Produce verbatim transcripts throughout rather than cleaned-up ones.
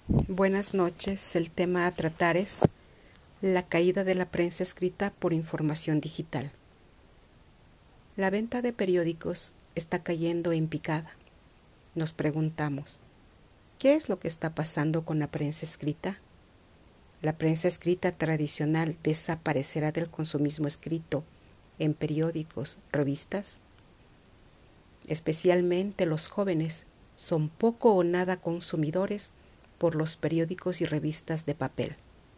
Buenas noches. El tema a tratar es la caída de la prensa escrita por información digital. La venta de periódicos está cayendo en picada. Nos preguntamos, ¿qué es lo que está pasando con la prensa escrita? ¿La prensa escrita tradicional desaparecerá del consumismo escrito en periódicos, revistas? Especialmente los jóvenes son poco o nada consumidores por los periódicos y revistas de papel.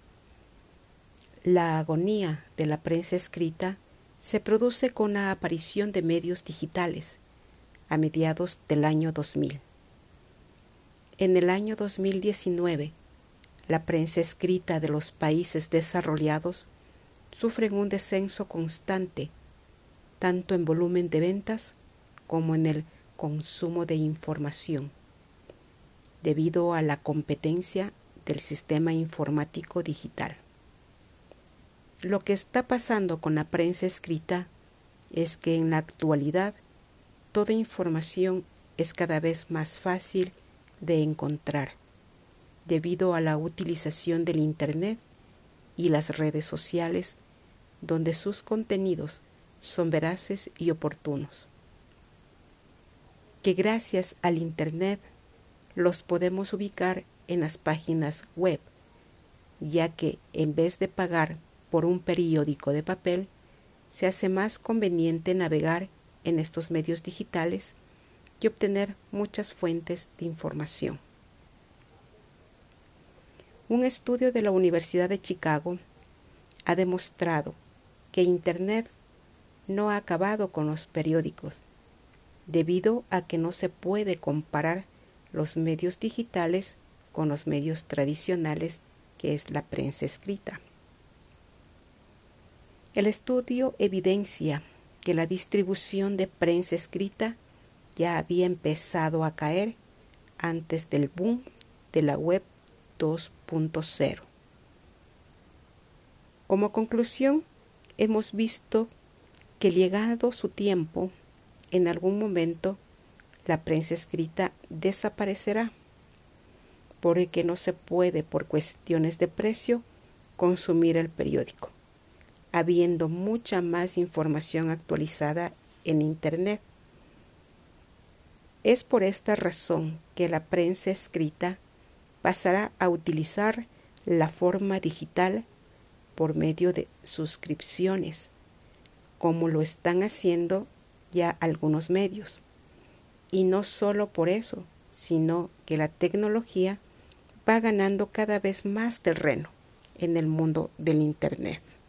La agonía de la prensa escrita se produce con la aparición de medios digitales a mediados del año dos mil. En el año dos mil diecinueve, la prensa escrita de los países desarrollados sufre un descenso constante, tanto en volumen de ventas como en el consumo de información, debido a la competencia del sistema informático digital. Lo que está pasando con la prensa escrita es que en la actualidad toda información es cada vez más fácil de encontrar, debido a la utilización del Internet y las redes sociales, donde sus contenidos son veraces y oportunos. Que gracias al Internet los podemos ubicar en las páginas web, ya que en vez de pagar por un periódico de papel, se hace más conveniente navegar en estos medios digitales y obtener muchas fuentes de información. Un estudio de la Universidad de Chicago ha demostrado que Internet no ha acabado con los periódicos, debido a que no se puede comparar los medios digitales con los medios tradicionales, que es la prensa escrita. El estudio evidencia que la distribución de prensa escrita ya había empezado a caer antes del boom de la web dos punto cero. Como conclusión, hemos visto que llegado su tiempo, en algún momento, la prensa escrita desaparecerá, porque no se puede, por cuestiones de precio, consumir el periódico, habiendo mucha más información actualizada en Internet. Es por esta razón que la prensa escrita pasará a utilizar la forma digital por medio de suscripciones, como lo están haciendo ya algunos medios. Y no solo por eso, sino que la tecnología va ganando cada vez más terreno en el mundo del Internet.